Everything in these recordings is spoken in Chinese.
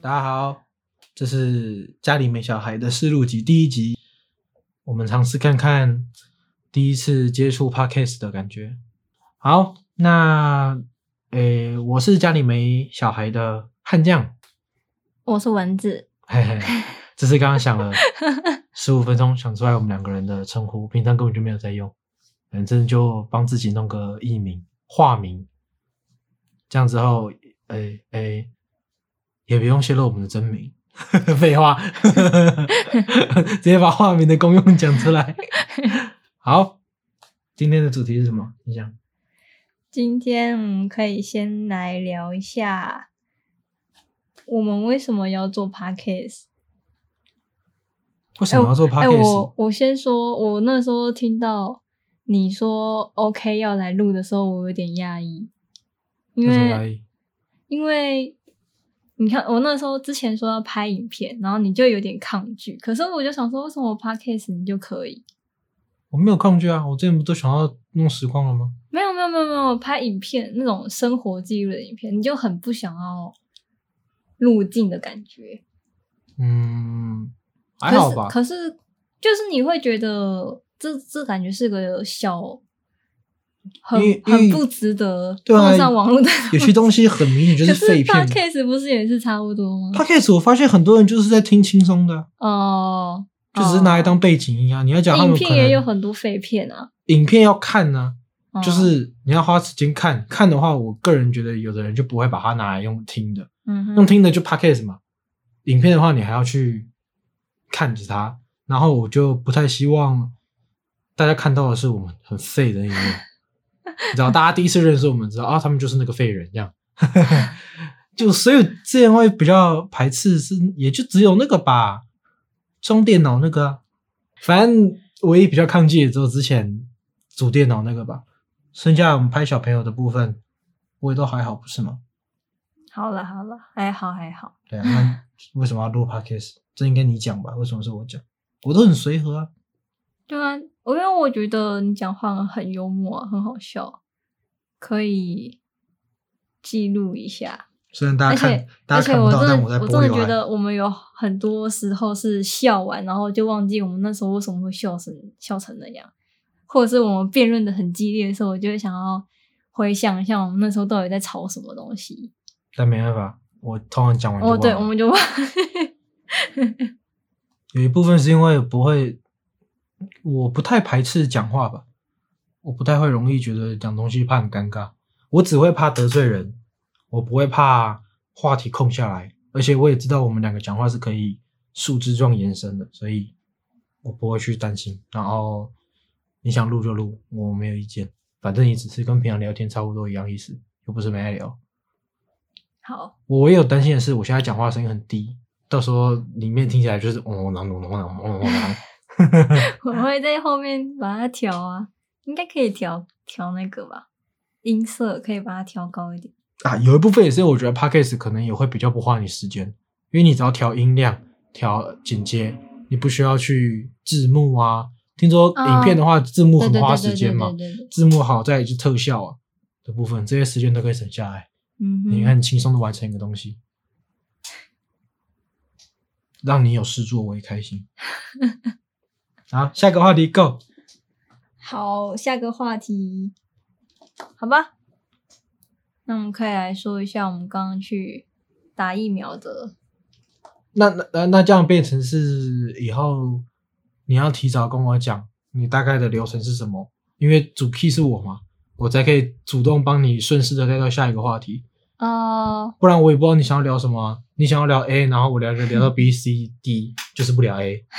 大家好，这是家里没小孩的试录集第1集，我们尝试看看第一次接触 Podcast 的感觉。好，那我是家里没小孩的悍将， 我是蚊子， 嘿嘿，这是刚刚想了15分钟想出来我们两个人的称呼，平常根本就没有在用，反正就帮自己弄个艺名、化名，这样之后，也不用泄露我们的真名，废话，直接把化名的功用讲出来。好，今天的主题是什么？你想？ 今天我们可以先来聊一下，我们为什么要做 podcast？ 为什么要做 podcast？ 我先说，我那时候听到你说 OK 要来录的时候，我有点讶异，因为你看，我那时候之前说要拍影片，然后你就有点抗拒，可是我就想说，为什么我 podcast 你就可以？ 我没有抗拒啊，我之前不都想要弄实况了吗？ 没有，拍影片那种生活记录的影片，你就很不想要入镜的感觉。 还好吧。 可是就是你会觉得这感觉是个很不值得放上网络的， 有些东西很明显就是废片。 可是 Podcast 不是也是差不多吗？ Podcast 我发现很多人就是在听轻松的就只是拿来当背景音啊。你要讲他们影片也有很多废片啊， 影片要看啊，就是你要花时间看的话，我个人觉得有的人就不会把它拿来用听的，用听的就 Podcast 嘛。影片的话你还要去看着它，然后我就不太希望大家看到的是我们很废的那一面。你知道大家第一次认识我们知道他们就是那个废人这样。就所以之前会比较排斥是也就只有那个吧，装电脑那个啊，反正唯一比较抗拒的只有之前组电脑那个吧，剩下我们拍小朋友的部分我也都还好，不是吗？ 好了，还好。 对啊，那为什么要录 podcast？ 这应该你讲吧，为什么是我讲？我都很随和啊。 对啊，因为我觉得你讲话很幽默，很好笑，可以记录一下。 虽然大家看不到，但我在播。 我真的觉得我们有很多时候是笑完，然后就忘记我们那时候为什么会笑成那样，或者是我们辩论的很激烈的时候，我就会想要回想一下我们那时候到底在吵什么东西。 但没办法，我通常讲完就忘了。 对，我们就忘了。 有一部分是因为我不太排斥讲话吧，我不太会容易觉得讲东西怕很尴尬，我只会怕得罪人，我不会怕话题空下来，而且我也知道我们两个讲话是可以树枝状延伸的，所以我不会去担心。然后你想录就录，我没有意见，反正你只是跟平常聊天差不多一样意思，又不是没爱聊。 好， 我唯有担心的是我现在讲话声音很低，到时候里面听起来就是我会在后面把它调啊，应该可以调那个吧，音色可以把它调高一点啊。有一部分也是我觉得 Podcast 可能也会比较不花你时间，因为你只要调音量、调剪接，你不需要去字幕啊。听说影片的话，字幕很花时间嘛，字幕好再就特效的部分，这些时间都可以省下来。你很轻松的完成一个东西，让你有事做我也开心。好，下个话题 Go。 好，下个话题好吧，那我们可以来说一下我们刚刚去打疫苗的。 那这样变成是以后你要提早跟我讲你大概的流程是什么，因为主 key 是我嘛，我才可以主动帮你顺势的带到下一个话题。不然我也不知道你想要聊什么啊。你想要聊 A， 然后我聊到 B、C、D， 就是不聊 A。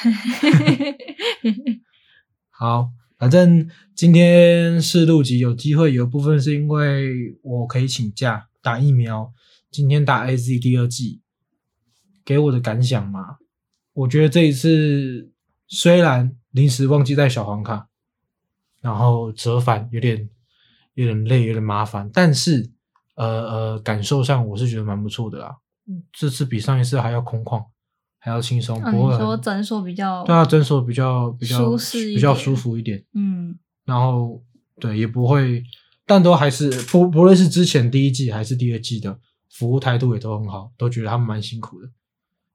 好，反正今天试录集有机会，有部分是因为我可以请假打疫苗，今天打 AZ 第2剂，给我的感想嘛，我觉得这一次虽然临时忘记带小黄卡，然后折返有点累，有点麻烦，但是感受上我是觉得蛮不错的啦。这次比上一次还要空旷，还要轻松，不会你说诊所比较对啊，诊所比较舒适一点， 比较舒服一点。 然后对也不会，但都还是不论是之前第1季还是第2季的服务态度也都很好，都觉得他们蛮辛苦的。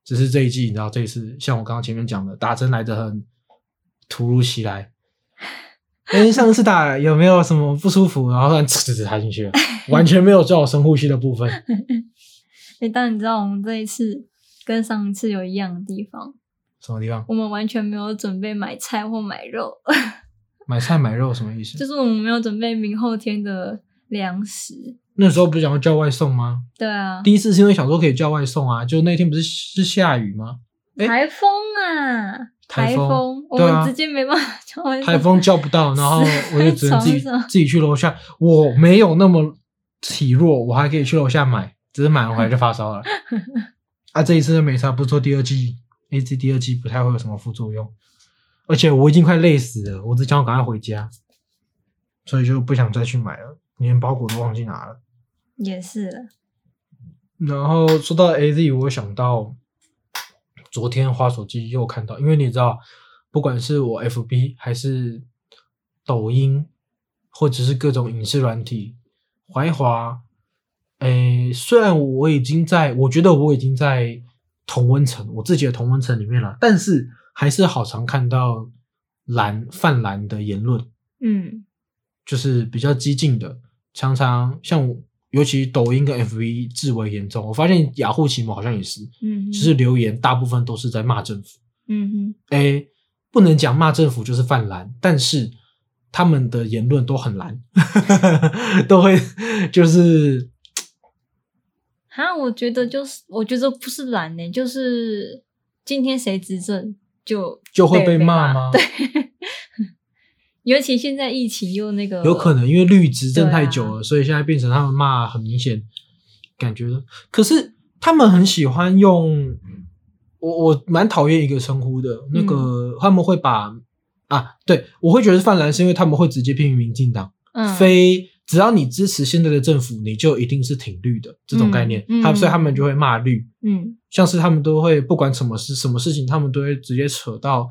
只是这一季你知道这一次像我刚刚前面讲的打针来得很突如其来，上次打有没有什么不舒服，然后突然插进去了，完全没有做好深呼吸的部分。 但你知道我们这一次跟上一次有一样的地方。 什么地方？ 我们完全没有准备买菜或买肉。 买菜买肉什么意思？ 就是我们没有准备明后天的粮食。 那时候不是想要叫外送吗？ 对啊， 第一次是因为想说可以叫外送啊，就那天不是下雨吗？ 台风啊，台风，我们直接没办法叫外送， 台风叫不到，然后我就只能自己去楼下。我没有那么体弱，我还可以去楼下买，只是买回来就发烧了。这一次就没差，不是说第二季 AZ 第二季不太会有什么副作用，而且我已经快累死了，我只想赶快回家，所以就不想再去买了，连包裹都忘记拿了。 也是了。 然后说到 AZ， 我想到昨天滑手机又看到，因为你知道，不管是我 FB 还是抖音，或者是各种影视软体，滑一滑，虽然我觉得我已经在同温层，我自己的同温层里面了，但是还是好常看到泛蓝的言论，就是比较激进的，常常像尤其抖音跟 FB 至为严重，我发现雅虎奇摩好像也是，就是留言大部分都是在骂政府，不能讲骂政府就是泛蓝，但是他们的言论都很蓝，都会就是我觉得不是蓝欸，就是今天谁执政就会被骂吗？ 对，尤其现在疫情又那个， 有可能因为绿执政太久了，所以现在变成他们骂很明显，感觉的。可是他们很喜欢用，我蛮讨厌一个称呼的，那个他们会把对，我会觉得泛蓝是因为他们会直接批评民进党，非只要你支持现在的政府，你就一定是挺绿的这种概念，所以他们就会骂绿，像是他们都会不管什么事情，他们都会直接扯到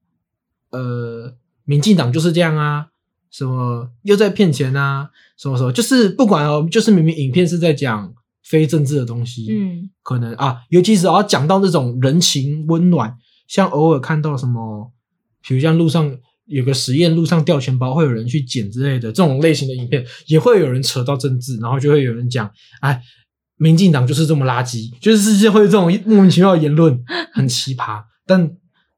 民进党就是这样啊，什么又在骗钱啊，什么什么，就是不管就是明明影片是在讲非政治的东西，可能尤其是讲到那种人情温暖，像偶尔看到什么，比如像路上有个实验，路上掉钱包会有人去捡之类的这种类型的影片，也会有人扯到政治，然后就会有人讲，民进党就是这么垃圾，就是世界会有这种莫名其妙的言论，很奇葩。但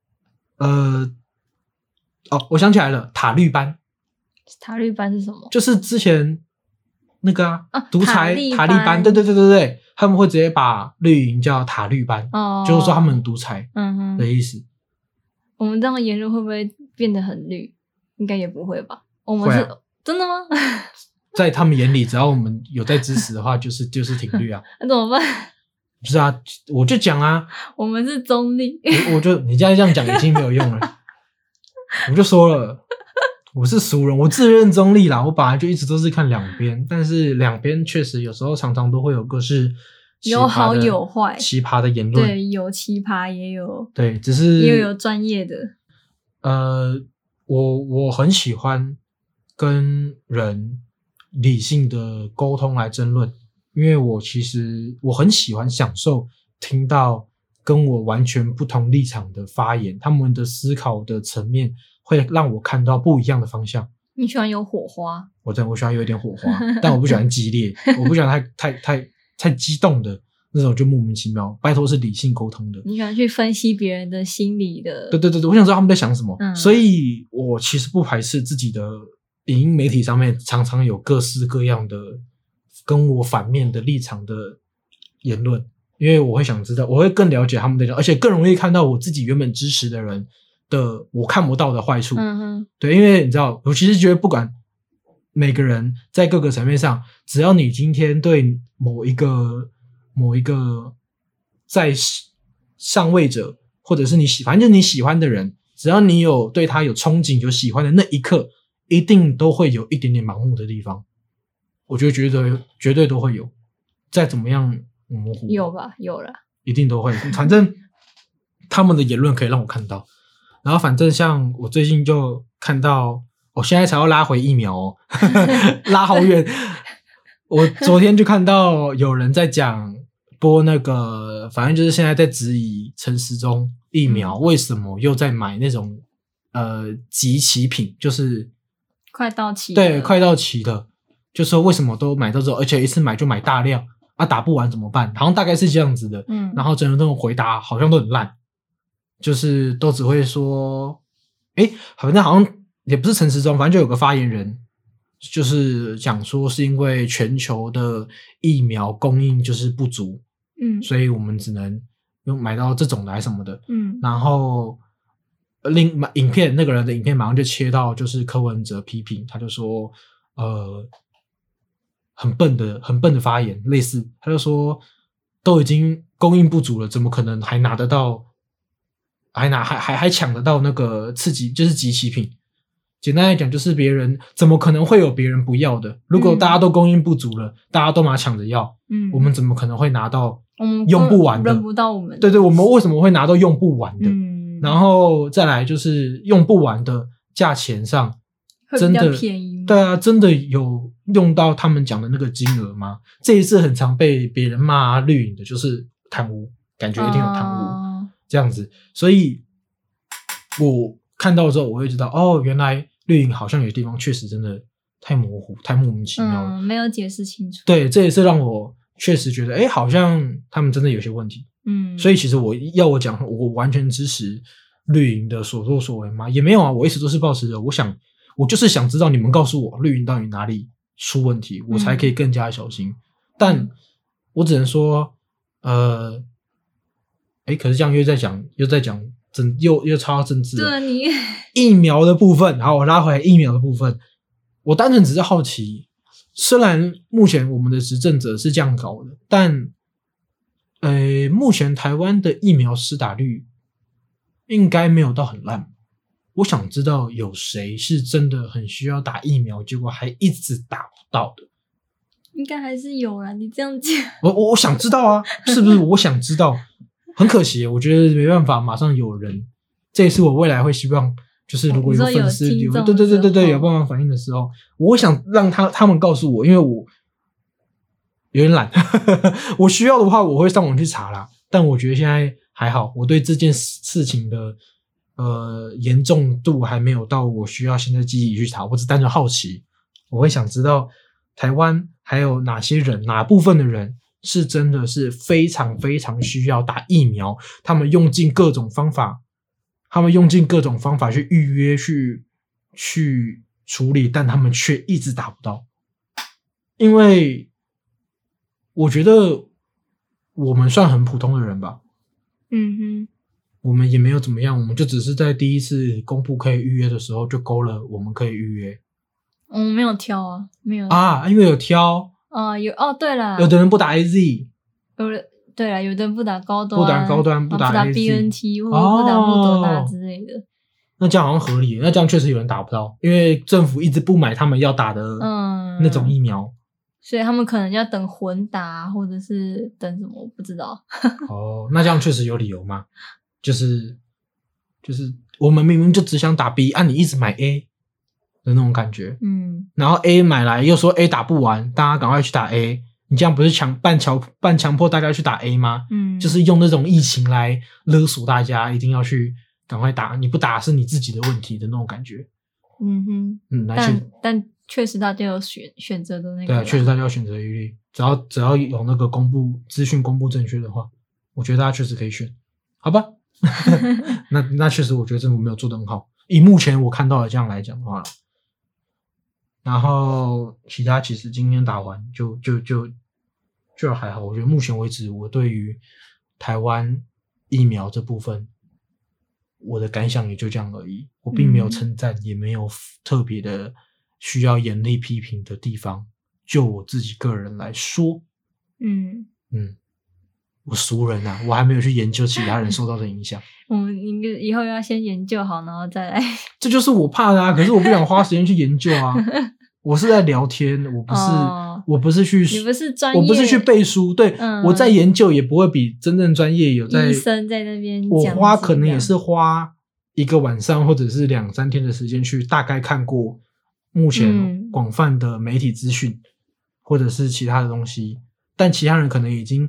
我想起来了，塔绿班是什么？ 就是之前那个独裁塔利班，对，他们会直接把绿营叫塔绿班，就是说他们很独裁的意思。 我们这样的言论会不会变得很绿？应该也不会吧？我们是真的吗？ 在他们眼里，只要我们有在支持的话，就是挺绿啊。 那怎么办？ 不是啊，我就讲啊， 我们是中立。 你现在这样讲已经没有用了。我就说了，我是俗人，我自认中立啦。我本来就一直都是看两边，但是两边确实有时候常常都会有个是有好有坏， 奇葩的言论。 对，有奇葩也有， 对，只是也有专业的。 我很喜欢跟人理性的沟通来争论，因为我很喜欢享受听到跟我完全不同立场的发言，他们的思考的层面会让我看到不一样的方向。 你喜欢有火花？ 我喜欢有一点火花，但我不喜欢激烈，我不喜欢太激动的那种，就莫名其妙。拜托是理性沟通的。 你喜欢去分析别人的心理的？ 对，我想知道他们在想什么，所以我其实不排斥自己的影音媒体上面常常有各式各样的跟我反面的立场的言论。因为我会想知道，我会更了解他们的人，而且更容易看到我自己原本支持的人的我看不到的坏处。对，因为你知道，我其实觉得不管每个人在各个层面上，只要你今天对某一个在上位者，或者是反正你喜欢的人，只要你有对他有憧憬、有喜欢的那一刻，一定都会有一点点盲目的地方。我觉得绝对都会有，再怎么样模糊有吧，有啦， 一定都会。反正他们的言论可以让我看到，然后反正像我最近就看到，我现在才要拉回疫苗拉好远。我昨天就看到有人在讲播那个，反正就是现在在质疑陈时中疫苗为什么又在买那种即期品，就是快到期的， 对，快到期的，就说为什么都买到之后，而且一次买就买大量啊，打不完怎么办？好像大概是这样子的。然后陈时中回答好像都很烂，就是都只会说，好像也不是陈时中，反正就有个发言人。就是讲说是因为全球的疫苗供应就是不足，所以我们只能买到这种的还是什么的，然后影片那个人的影片马上就切到就是柯文哲批评，他就说很笨的发言，类似他就说都已经供应不足了，怎么可能还拿得到，还抢得到那个刺激就是即期品。简单来讲，就是别人怎么可能会有别人不要的？如果大家都供应不足了，大家都马抢着要，我们怎么可能会拿到用不完的？ 轮不到我们。 对，我们为什么会拿到用不完的？然后再来就是用不完的价钱上，真的便宜吗？ 对啊，真的有用到他们讲的那个金额吗？这一次很常被别人骂绿营的，就是贪污，感觉一定有贪污这样子，所以我看到之后，我会知道哦，原来绿营好像有些地方确实真的太模糊、太莫名其妙了， 没有解释清楚。 对，这也是让我确实觉得，好像他们真的有些问题。所以其实我讲，我完全支持绿营的所作所为吗？也没有啊，我一直都是抱持着，我就是想知道你们告诉我绿营到底哪里出问题，我才可以更加小心。但我只能说，可是这样又在讲又超到政治了。 对，你疫苗的部分，好，我拉回来疫苗的部分，我单纯只是好奇，虽然目前我们的执政者是这样搞的，但目前台湾的疫苗施打率应该没有到很烂。我想知道有谁是真的很需要打疫苗，结果还一直打不到的。 应该还是有啦，你这样讲， 我想知道啊，是不是？我想知道。很可惜，我觉得没办法，马上有人。这也是我未来会希望，就是如果有粉丝留，对，有办法反应的时候，我想让他们告诉我，因为我有点懒，我需要的话我会上网去查啦。但我觉得现在还好，我对这件事情的严重度还没有到我需要现在积极去查，我只单纯好奇，我会想知道台湾还有哪些人，哪部分的人。是真的是非常非常需要打疫苗，他们用尽各种方法去预约去处理，但他们却一直打不到。因为我觉得我们算很普通的人吧，我们也没有怎么样，我们就只是在第一次公布可以预约的时候就勾了我们可以预约。 我们没有挑啊，没有啊，因为有挑。 对了， 有的人不打 AZ， 对了，有的人不打高端， 不打 BNT 或者不打莫德纳之类的。 那这样好像合理，那这样确实有人打不到，因为政府一直不买他们要打的那种疫苗， 所以他们可能要等混打，或者是等什么，我不知道。 那这样确实有理由吗？就是我们明明就只想打 B， 你一直买 A。的那种感觉，然后 A 买来又说 A 打不完，大家赶快去打 A， 你这样不是半强迫大家去打 A 吗？就是用那种疫情来勒索大家一定要去赶快打，你不打是你自己的问题的那种感觉。 但确实大家有选择的那个， 对，确实大家有选择余地，只要有那个资讯公布正确的话，我觉得大家确实可以选，好吧？那确实我觉得政府没有做得很好，以目前我看到的这样来讲的话。然后其他其实今天打完就还好，我觉得目前为止我对于台湾疫苗这部分我的感想也就这样而已，我并没有称赞，也没有特别的需要严厉批评的地方，就我自己个人来说。我俗人啊，我还没有去研究其他人受到的影响。 我们以后要先研究好，然后再来。 这就是我怕的啊！可是我不想花时间去研究啊。我是在聊天，我不是去， 你不是专业， 我不是去背书。对，我在研究也不会比真正专业有在医生在那边讲。我可能也是花一个晚上或者是2-3天的时间去大概看过目前广泛的媒体资讯，或者是其他的东西。但其他人可能已经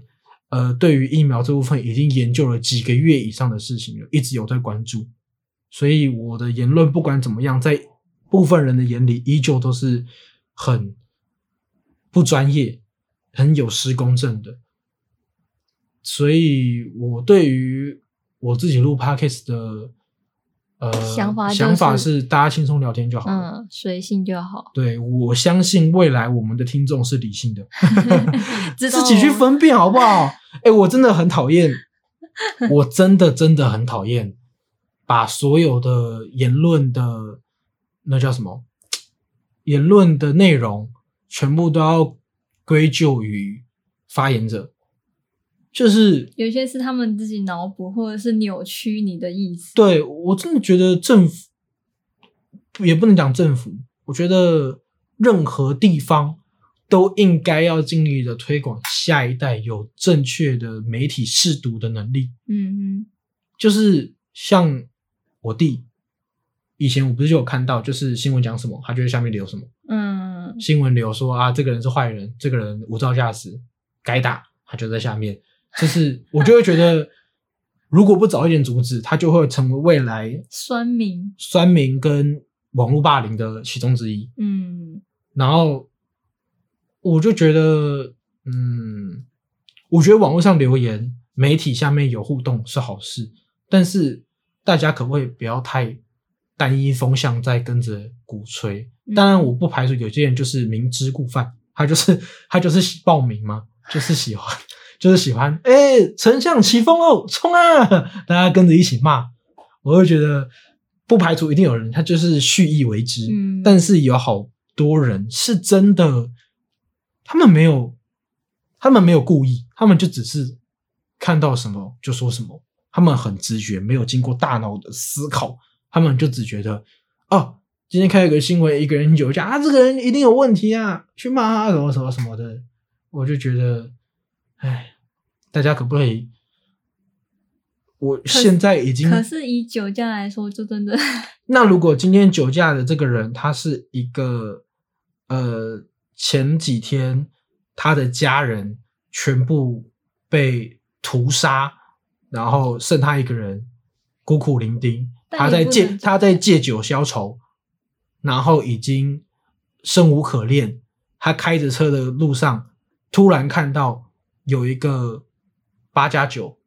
对于疫苗这部分已经研究了几个月以上的事情了，一直有在关注，所以我的言论不管怎么样，在部分人的眼里依旧都是很不专业、很有失公正的。所以我对于我自己录 Podcast 的想法是大家轻松聊天就好了， 随性就好。 对，我相信未来我们的听众是理性的自己去分辨好不好？我真的很讨厌我真的很讨厌把所有的言论的那叫什么言论的内容全部都要归咎于发言者，就是有些是他们自己脑补或者是扭曲你的意思。 对，我真的觉得政府也不能讲政府，我觉得任何地方都应该要尽力的推广下一代有正确的媒体识读的能力。就是像我弟以前我不是就有看到，就是新闻讲什么他就在下面留什么。新闻留说啊这个人是坏人，这个人无照驾驶该打，他就在下面。就是我就会觉得如果不早一点阻止，他就会成为未来酸民跟网络霸凌的其中之一。然后我就觉得我觉得网络上留言媒体下面有互动是好事，但是大家可不可以不要太单一风向在跟着鼓吹。当然我不排除有些人就是明知故犯，他就是暴民嘛，就是喜欢丞相起风哦，冲啊，大家跟着一起骂。我会觉得不排除一定有人他就是蓄意为之，但是有好多人是真的他们没有故意，他们就只是看到什么就说什么，他们很直觉，没有经过大脑的思考，他们就只觉得今天看一个新闻，一个人酒驾这个人一定有问题啊，去骂他什么什么什么的。我就觉得大家可不可以，我现在已经可是以酒驾来说就真的那如果今天酒驾的这个人他是一个前几天他的家人全部被屠杀，然后剩他一个人孤苦伶仃，他在借酒消愁，然后已经生无可恋，他开着车的路上突然看到有一个8+9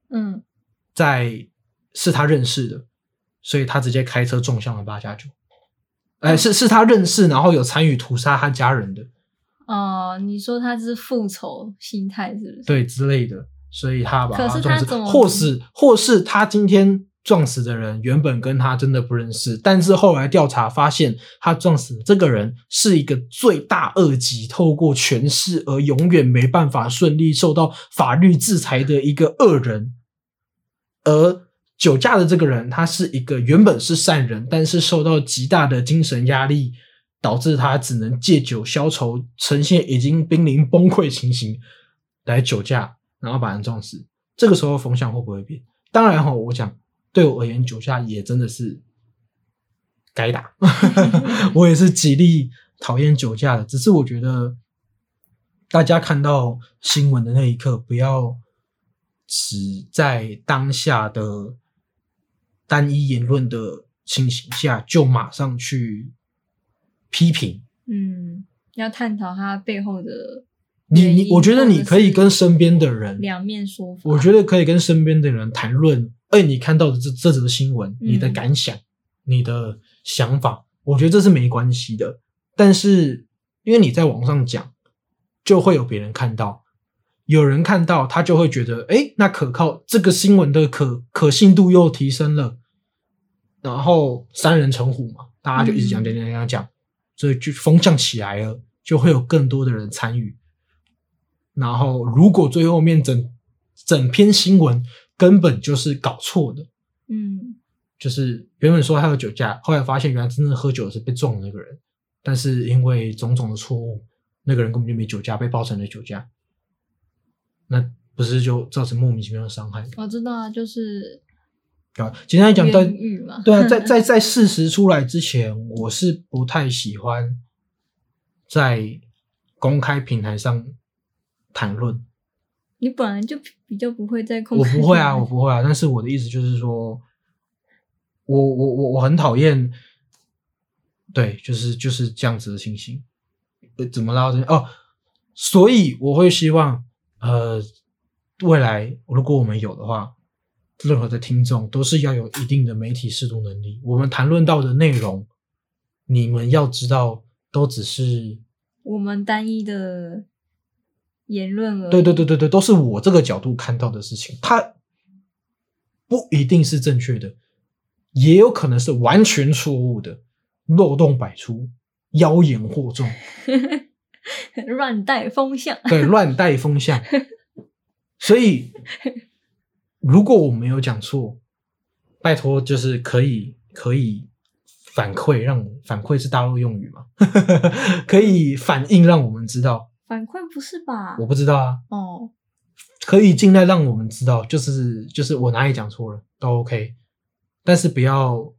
是他认识的，所以他直接开车撞向了8+9。是他认识然后有参与屠杀他家人的。 你说他是复仇心态是不是？ 对，之类的，所以他把他可是撞死。 他怎么或是他今天撞死的人原本跟他真的不认识，但是后来调查发现他撞死的这个人是一个罪大恶极，透过权势而永远没办法顺利受到法律制裁的一个恶人。而酒驾的这个人他是一个原本是善人，但是受到极大的精神压力，导致他只能借酒消愁，呈现已经濒临崩溃情形来酒驾，然后把人撞死。这个时候风向会不会变？当然我讲对我而言酒驾也真的是该打我也是极力讨厌酒驾的，只是我觉得大家看到新闻的那一刻不要只在当下的单一言论的情形下就马上去批评。 要探讨他背后的我觉得你可以跟身边的人两面说法， 我觉得可以跟身边的人谈论你看到的这则新闻你的感想你的想法，我觉得这是没关系的。但是因为你在网上讲就会有别人看到，有人看到他就会觉得那可靠，这个新闻的可信度又提升了，然后三人成虎嘛，大家就一直讲所以就风向起来了，就会有更多的人参与。然后如果最后面整篇新闻根本就是搞错的，就是原本说他有酒驾，后来发现原来真正喝酒的是被撞的那个人，但是因为种种的错误，那个人根本就没酒驾，被爆成了酒驾，那不是就造成莫名其妙的伤害？ 我知道啊，就是简单来讲，对啊，在事实出来之前，我是不太喜欢在公开平台上谈论， 你本来就比较不会在公开我不会啊，我不会啊。但是我的意思就是说，我很讨厌，对，就是这样子的情形。怎么拉到这哦？所以我会希望，未来如果我们有的话，任何的听众都是要有一定的媒体识读能力。我们谈论到的内容，你们要知道，都只是我们单一的言论而已。 对，都是我这个角度看到的事情，它不一定是正确的，也有可能是完全错误的，漏洞百出，妖言惑众， 乱带风向。 对，乱带风向。所以，如果我没有讲错，拜托，就是可以反馈，反馈是大陆用语嘛？可以反映让我们知道。 反馈不是吧？ 我不知道啊。 哦， 可以尽量让我们知道，就是我哪里讲错了都 OK， 但是不要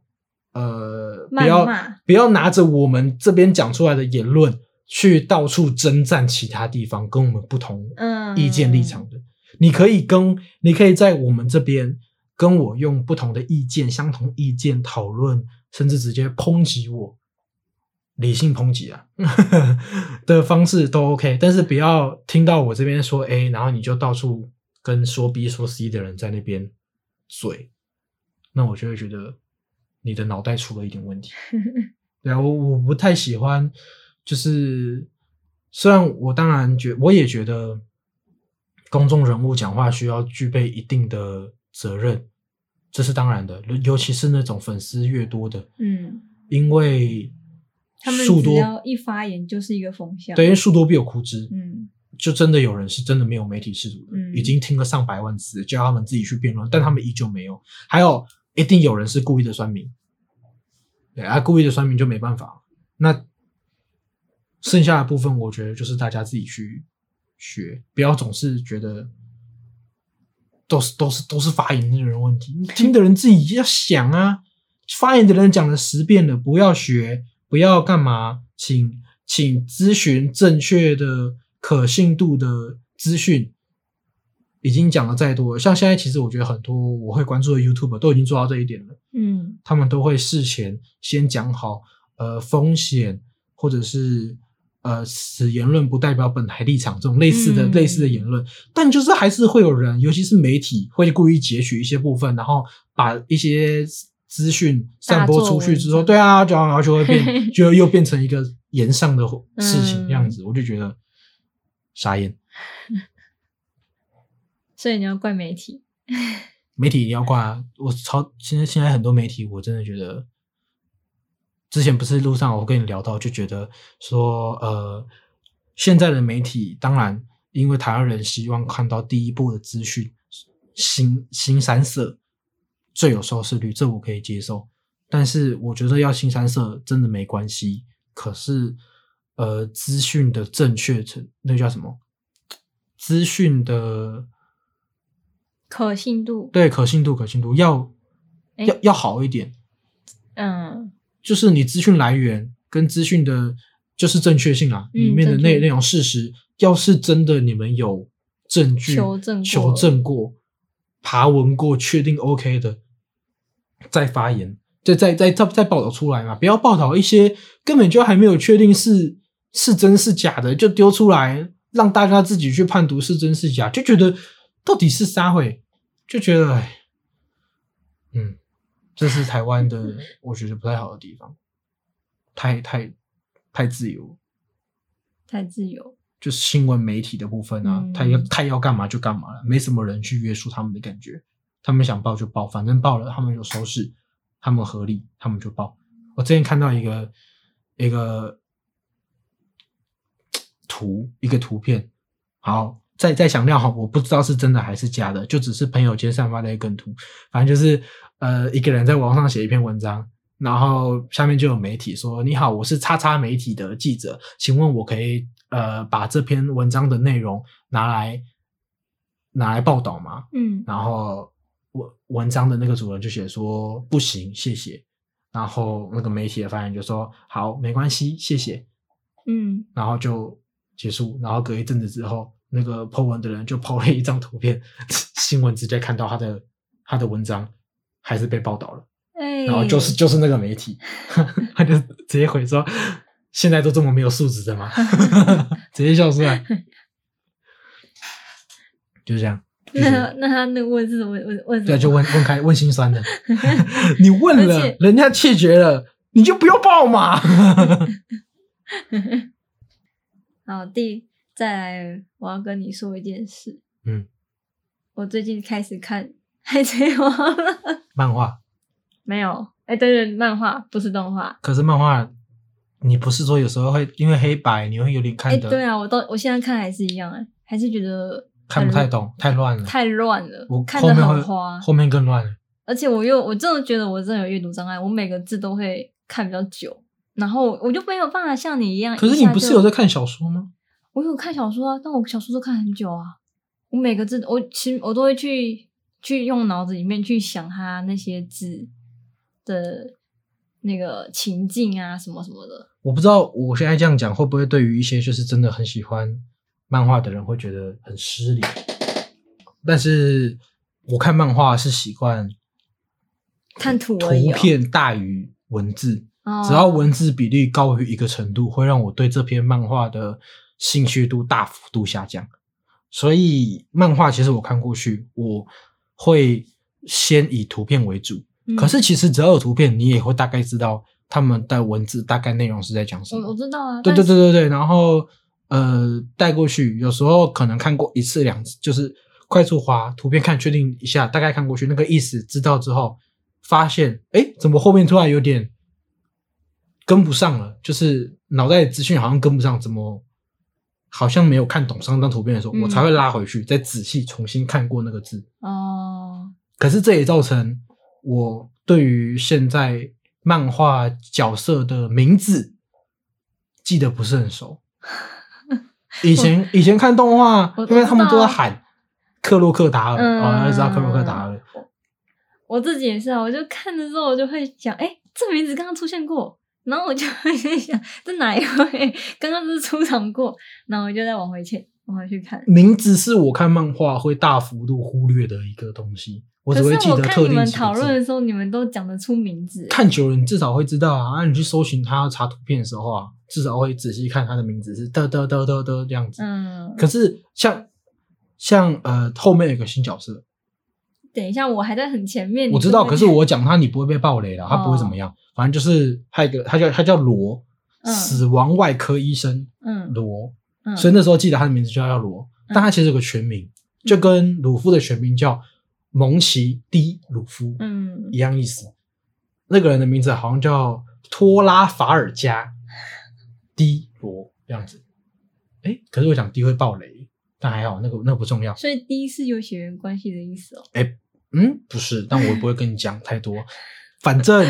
不要拿着我们这边讲出来的言论去到处征战其他地方跟我们不同意见立场的。你可以在我们这边跟我用不同的意见、相同意见讨论，甚至直接抨击我。理性抨击啊的方式都 OK， 但是不要听到我这边说 A， 然后你就到处跟说 B 说 C 的人在那边嘴，那我就会觉得你的脑袋出了一点问题。对啊，我不太喜欢，就是虽然我当然我也觉得公众人物讲话需要具备一定的责任，这是当然的，尤其是那种粉丝越多的，因为他们只要一发言就是一个风向， 对，因为树多必有枯枝，就真的有人是真的没有媒体识读的，已经听了上百万次，叫他们自己去辩论，但他们依旧没有。还有，一定有人是故意的酸民，对啊，故意的酸民就没办法。那剩下的部分，我觉得就是大家自己去学，不要总是觉得都是发言的人问题，听的人自己要想啊，发言的人讲了10遍了，不要学。不要干嘛，请咨询正确的可信度的资讯。已经讲了再多了，像现在其实我觉得很多我会关注的 YouTuber 都已经做到这一点了。他们都会事前先讲好风险，或者是此言论不代表本台立场这种类似的言论，但就是还是会有人，尤其是媒体会故意截取一些部分，然后把一些资讯散播出去之后，对啊，然后就会就又变成一个言上的事情这样子，我就觉得傻眼。 所以你要怪媒体？ 媒体一定要怪啊！现在很多媒体，我真的觉得，之前不是路上我跟你聊到，就觉得说，现在的媒体当然因为台湾人希望看到第一步的资讯，新三色。最有收视率，这我可以接受，但是我觉得要新三色真的没关系。可是，资讯的正确那叫什么？资讯的可信度， 对，可信度要好一点。就是你资讯来源跟资讯的，就是正确性啊，里面的内容事实，要是真的你们有证据求证过。爬文过确定 OK 的再发言，再报道出来嘛，不要报道一些根本就还没有确定是真是假的就丢出来，让大家自己去判读是真是假，就觉得到底是啥会，就觉得这是台湾的我觉得不太好的地方，太自由，就是新闻媒体的部分啊，他要干嘛就干嘛了，没什么人去约束他们的感觉，他们想报就报，反正报了他们有收视，他们合理，他们就报。我之前看到一个图片，好，再强调好，我不知道是真的还是假的，就只是朋友间散发的一个梗图，反正就是一个人在网上写一篇文章。然后下面就有媒体说：“你好，我是叉叉媒体的记者，请问我可以把这篇文章的内容拿来报道吗？”然后文章的那个主人就写说：“不行，谢谢。”然后那个媒体的发言就说：“好，没关系，谢谢。”然后就结束。然后隔一阵子之后， 那个 po 文的人就 po 了一张图片，新闻直接看到他的文章还是被报道了，然后就是那个媒体，他就直接回说，现在都这么没有素质的吗？直接笑出来，就这样。 那他那问是问什么？ 对，就问心酸的，你问了，人家拒绝了，你就不要报嘛。 好，再来，我要跟你说一件事。我最近开始看《海贼王》了。 漫画？ 没有，对，漫画不是动画。 可是漫画，你不是说有时候会因为黑白，你会有点看的？ 对啊，我现在看还是一样，还是觉得看不太懂，太乱了， 我看得很花， 后面更乱了。 而且我真的觉得我真的有阅读障碍，我每个字都会看比较久，然后我就没有办法像你一样。 可是你不是有在看小说吗？ 我有看小说啊，但我小说都看很久啊。我每个字，其实我都会去用脑子里面去想它那些字的那个情境啊，什么什么的。 我不知道我现在这样讲会不会对于一些就是真的很喜欢漫画的人会觉得很失礼，但是我看漫画是习惯看图而已， 图片大于文字，只要文字比例高于一个程度，会让我对这篇漫画的兴趣度大幅度下降。所以漫画其实我看过去，我会先以图片为主，可是其实只要有图片，你也会大概知道他们的文字大概内容是在讲什么。 我知道啊， 对，然后带过去，有时候可能看过一次两次，就是快速滑图片看，确定一下，大概看过去那个意思知道之后，发现怎么后面突然有点跟不上了，就是脑袋资讯好像跟不上，怎么好像没有看懂上张图片的时候，我才会拉回去再仔细重新看过那个字。可是这也造成我对于现在漫画角色的名字记得不是很熟。以前看动画，因为他们都在喊克洛克达尔，知道克洛克达尔。 我自己也是啊，我就看的时候我就会想，这名字刚刚出现过，然后我就会想这哪一位刚刚是出场过，然后我就再往回去看。名字是我看漫画会大幅度忽略的一个东西，我只会记得特定几个字。可是我看你们讨论的时候，你们都讲得出名字。 看久了，你至少会知道啊。你去搜寻他查图片的时候啊，至少会仔细看他的名字是的这样子。可是像后面有个新角色。 等一下，我还在很前面。 我知道，可是我讲他，你不会被爆雷啦，他不会怎么样。反正就是还有一个，他叫罗，死亡外科医生，罗。所以那时候记得他的名字就叫罗，但他其实有个全名，就跟鲁夫的全名叫蒙奇 D 鲁夫，一样意思。那个人的名字好像叫托拉法尔加 D 罗这样子。可是我讲 D 会爆雷，但还好，那个不重要。 所以 D 是有血缘关系的意思哦。 不是，但我不会跟你讲太多。反正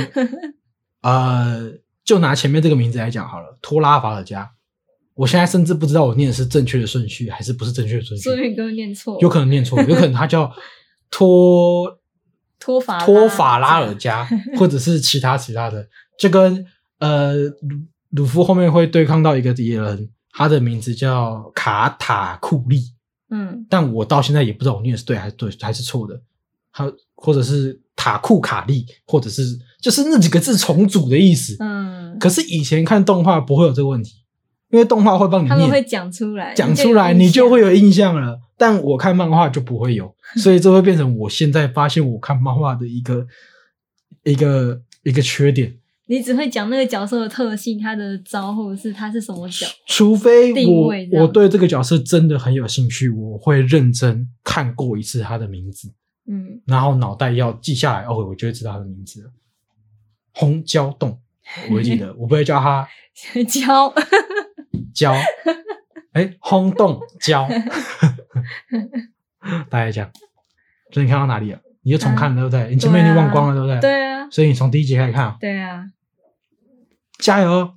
就拿前面这个名字来讲好了，托拉法尔加。我现在甚至不知道我念的是正确的顺序还是不是正确的顺序。 所以你根本念错。 有可能念错，有可能他叫托法拉尔加，或者是其他的。就跟鲁夫后面会对抗到一个敌人，他的名字叫卡塔库利。但我到现在也不知道我念的是对还是错的。或者是塔库卡利，或者是就是那几个字重组的意思。可是以前看动画不会有这个问题，因为动画会帮你念， 他们会讲出来， 你就会有印象了。但我看漫画就不会有，所以这会变成我现在发现我看漫画的一个缺点。 你只会讲那个角色的特性，他的招，或者是他是什么角， 除非我对这个角色真的很有兴趣，我会认真看过一次他的名字。然后脑袋要记下来，我就会知道他的名字了。红椒洞，我会记得，我不会叫他椒，轰动椒，大概这样。所以你看到哪里了？你就重看了，对不对？你前面已经忘光了，对不对？ 对啊。 所以你从第一集开始看。 对啊。 加油！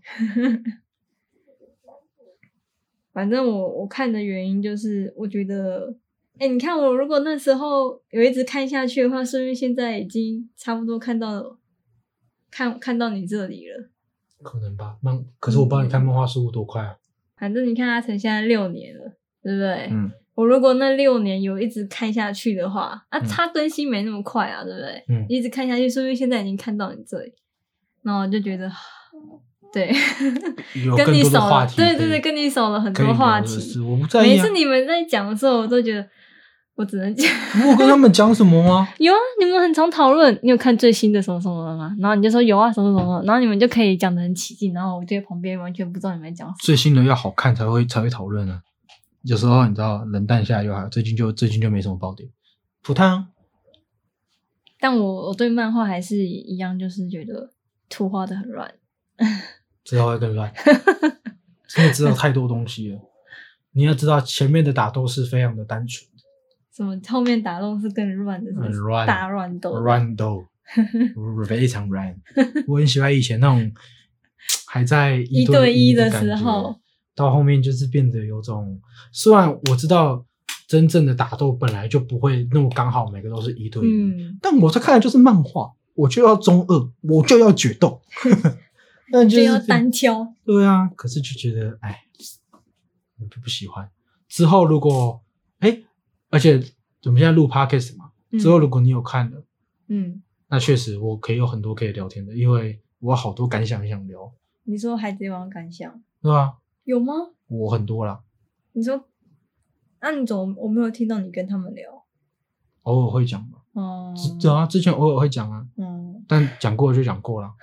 反正我看的原因就是，我觉得。你看我如果那时候有一直看下去的话，说明现在已经差不多看到你这里了。可能吧，可是我帮你看漫画速度多快啊！ 反正你看阿成现在6年了， 对不对？我如果那6年有一直看下去的话，它更新没那么快啊，对不对？一直看下去，说不定现在已经看到你这里，然后我就觉得，对， 有更多的话题， 对，跟你少了很多话题。 我不在意每次你们在讲的时候，我都觉得我只能讲。 我跟他们讲什么吗？ 有啊，你们很常讨论。你有看最新的什么什么吗？然后你就说有啊，什么什么，然后你们就可以讲得很起劲，然后我就在旁边完全不知道你们在讲什么。 最新的要好看才会讨论啊。有时候你知道冷淡下来就好，最近就没什么爆点，普通。 但我对漫画还是一样，就是觉得图画的很乱， 之后会更乱。真的知道太多东西了。你要知道前面的打斗是非常的单纯， 什么后面打斗是更乱的， 很乱， 大乱斗， 乱斗，非常乱。我很喜欢以前那种还在1对1的时候。到后面就是变得有种，虽然我知道真正的打斗本来就不会那么刚好每个都是1对1，但我在看的就是漫画，我就要中二，我就要决斗，但就要单挑。 对啊，可是就觉得我就不喜欢。之后如果而且我们现在录 podcast 嘛，之后如果你有看的，那确实我可以有很多可以聊天的，因为我有好多感想想聊。 你说海贼王感想？ 对吧？ 有吗？ 我很多啦。 你说，那你怎么我没有听到你跟他们聊？ 偶尔会讲吧。之前偶尔会讲啊。但讲过就讲过了。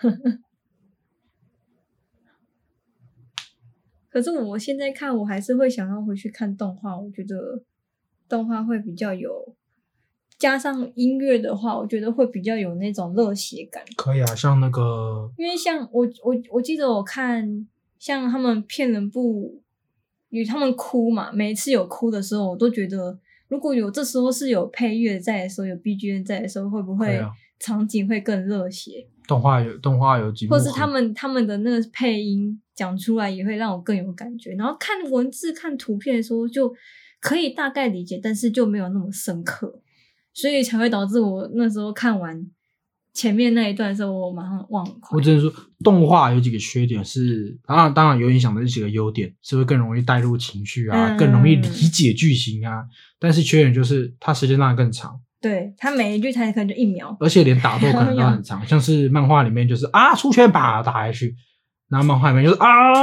可是我现在看，我还是会想要回去看动画。我觉得动画会比较有，加上音乐的话，我觉得会比较有那种热血感。 可以啊，像那个， 因为像我记得我看。像他们骗人部，他们哭嘛，每一次有哭的时候，我都觉得，如果有这时候是有配乐在的时候，有 BGM 在的时候，会不会场景会更热血？ 动画有几幕， 或是他们的那个配音讲出来，也会让我更有感觉。然后看文字、看图片的时候，就可以大概理解，但是就没有那么深刻，所以才会导致我那时候看完前面那一段的时候，我马上忘了。 我只能说，动画有几个缺点是，当然有影响的几个优点，是会更容易带入情绪啊，更容易理解剧情啊。但是缺点就是它时间拉得更长， 对，它每一句台词可能就1秒， 而且连打斗可能都很长，像是漫画里面就是出拳把打下去，然后漫画里面就是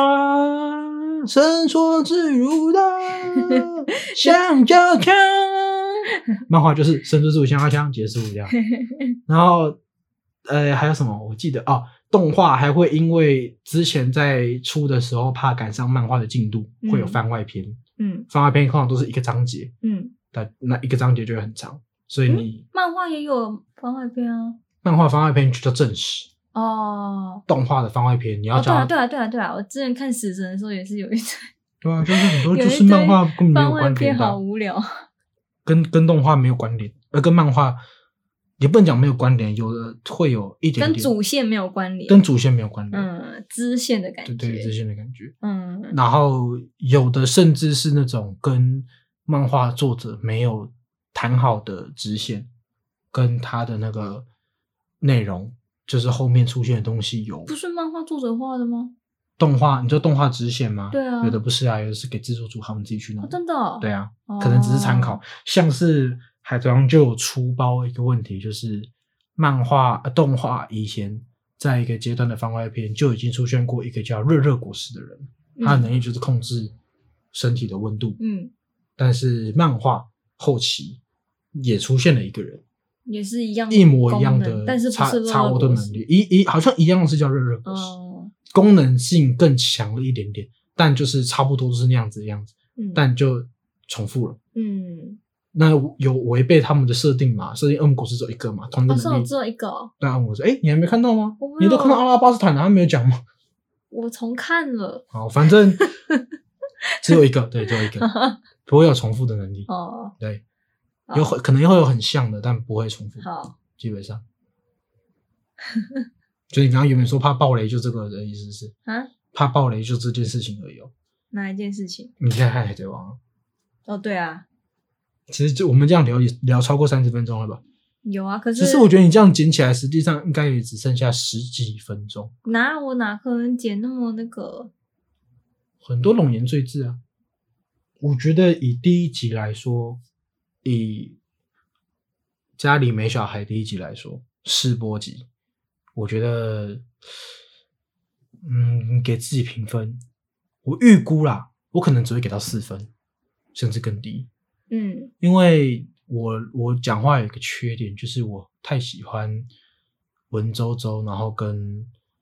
伸缩自如的橡胶枪，漫画就是伸缩自如橡胶枪结束这样，然后。还有什么？我记得动画还会因为之前在出的时候怕赶上漫画的进度，会有番外篇。番外篇通常都是一个章节。但那一个章节就会很长，所以漫画也有番外篇啊。 漫画番外篇就叫正史。动画的番外篇你要讲。 对啊！我之前看死神的时候也是有一堆。 对啊，就是很多就是漫画根本没有关联的。番外篇好无聊。 跟动画没有关联，跟漫画。也不能讲没有关联，有的会有一点点跟主线没有关联，支线的感觉， 对，支线的感觉，然后有的甚至是那种跟漫画作者没有谈好的支线，跟他的那个内容，就是后面出现的东西不是漫画作者画的吗？ 动画，你知道动画支线吗？ 对啊， 有的不是啊，有的是给制作组他们自己去弄， 真的对啊，可能只是参考，像是。海贼王就有出包一个问题，就是漫画、动画以前在一个阶段的番外篇就已经出现过一个叫热果实的人，他的能力就是控制身体的温度。但是漫画后期也出现了一个人， 也是一样， 一模一样的， 但是不是差不多能力，好像一样是叫热果实，功能性更强了一点点，但就是差不多都是那样子的样子，但就重复了。那有违背他们的设定嘛？设定恶魔果实只有一个嘛，同一个能力只有一个。 对啊，我说你还没看到吗？你都看到阿拉巴斯坦了，他没有讲吗？ 我重看了。 好，反正只有一个，对，只有一个，不会有重复的能力。对，可能会有很像的，但不会重复。 好， 基本上。就你刚刚原本说怕爆雷，就这个的意思是怕爆雷就这件事情而已。 哪一件事情？ 你现在看海贼王对啊。 其实就我们这样聊超过30分钟了吧？ 有啊，可是只是我觉得你这样剪起来，实际上应该也只剩下10几分钟。 我哪可能剪那么那个？ 很多冗言赘字啊， 我觉得以第一集来说，以家里没小孩第一集来说，试播集，我觉得，给自己评分，我预估啦，我可能只会给到4分，甚至更低。因为我讲话有一个缺点，就是我太喜欢文绉绉，然后跟